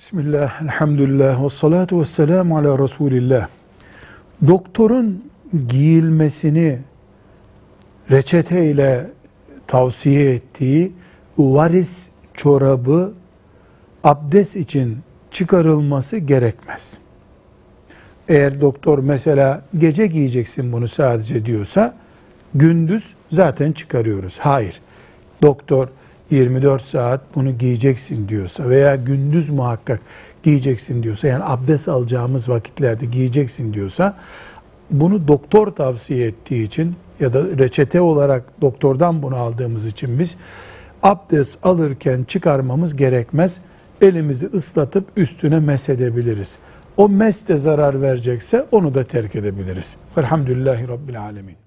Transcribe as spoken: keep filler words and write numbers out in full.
Bismillah, elhamdülillah, ve salatu ve selamu ala Resulillah. Doktorun giyilmesini reçeteyle tavsiye ettiği varis çorabı abdest için çıkarılması gerekmez. Eğer doktor mesela gece giyeceksin bunu sadece diyorsa, gündüz zaten çıkarıyoruz. Hayır, doktor yirmi dört saat bunu giyeceksin diyorsa veya gündüz muhakkak giyeceksin diyorsa, yani abdest alacağımız vakitlerde giyeceksin diyorsa, bunu doktor tavsiye ettiği için ya da reçete olarak doktordan bunu aldığımız için biz abdest alırken çıkarmamız gerekmez. Elimizi ıslatıp üstüne mesedebiliriz. O mes de zarar verecekse onu da terk edebiliriz. Elhamdülillahi Rabbil Alemin.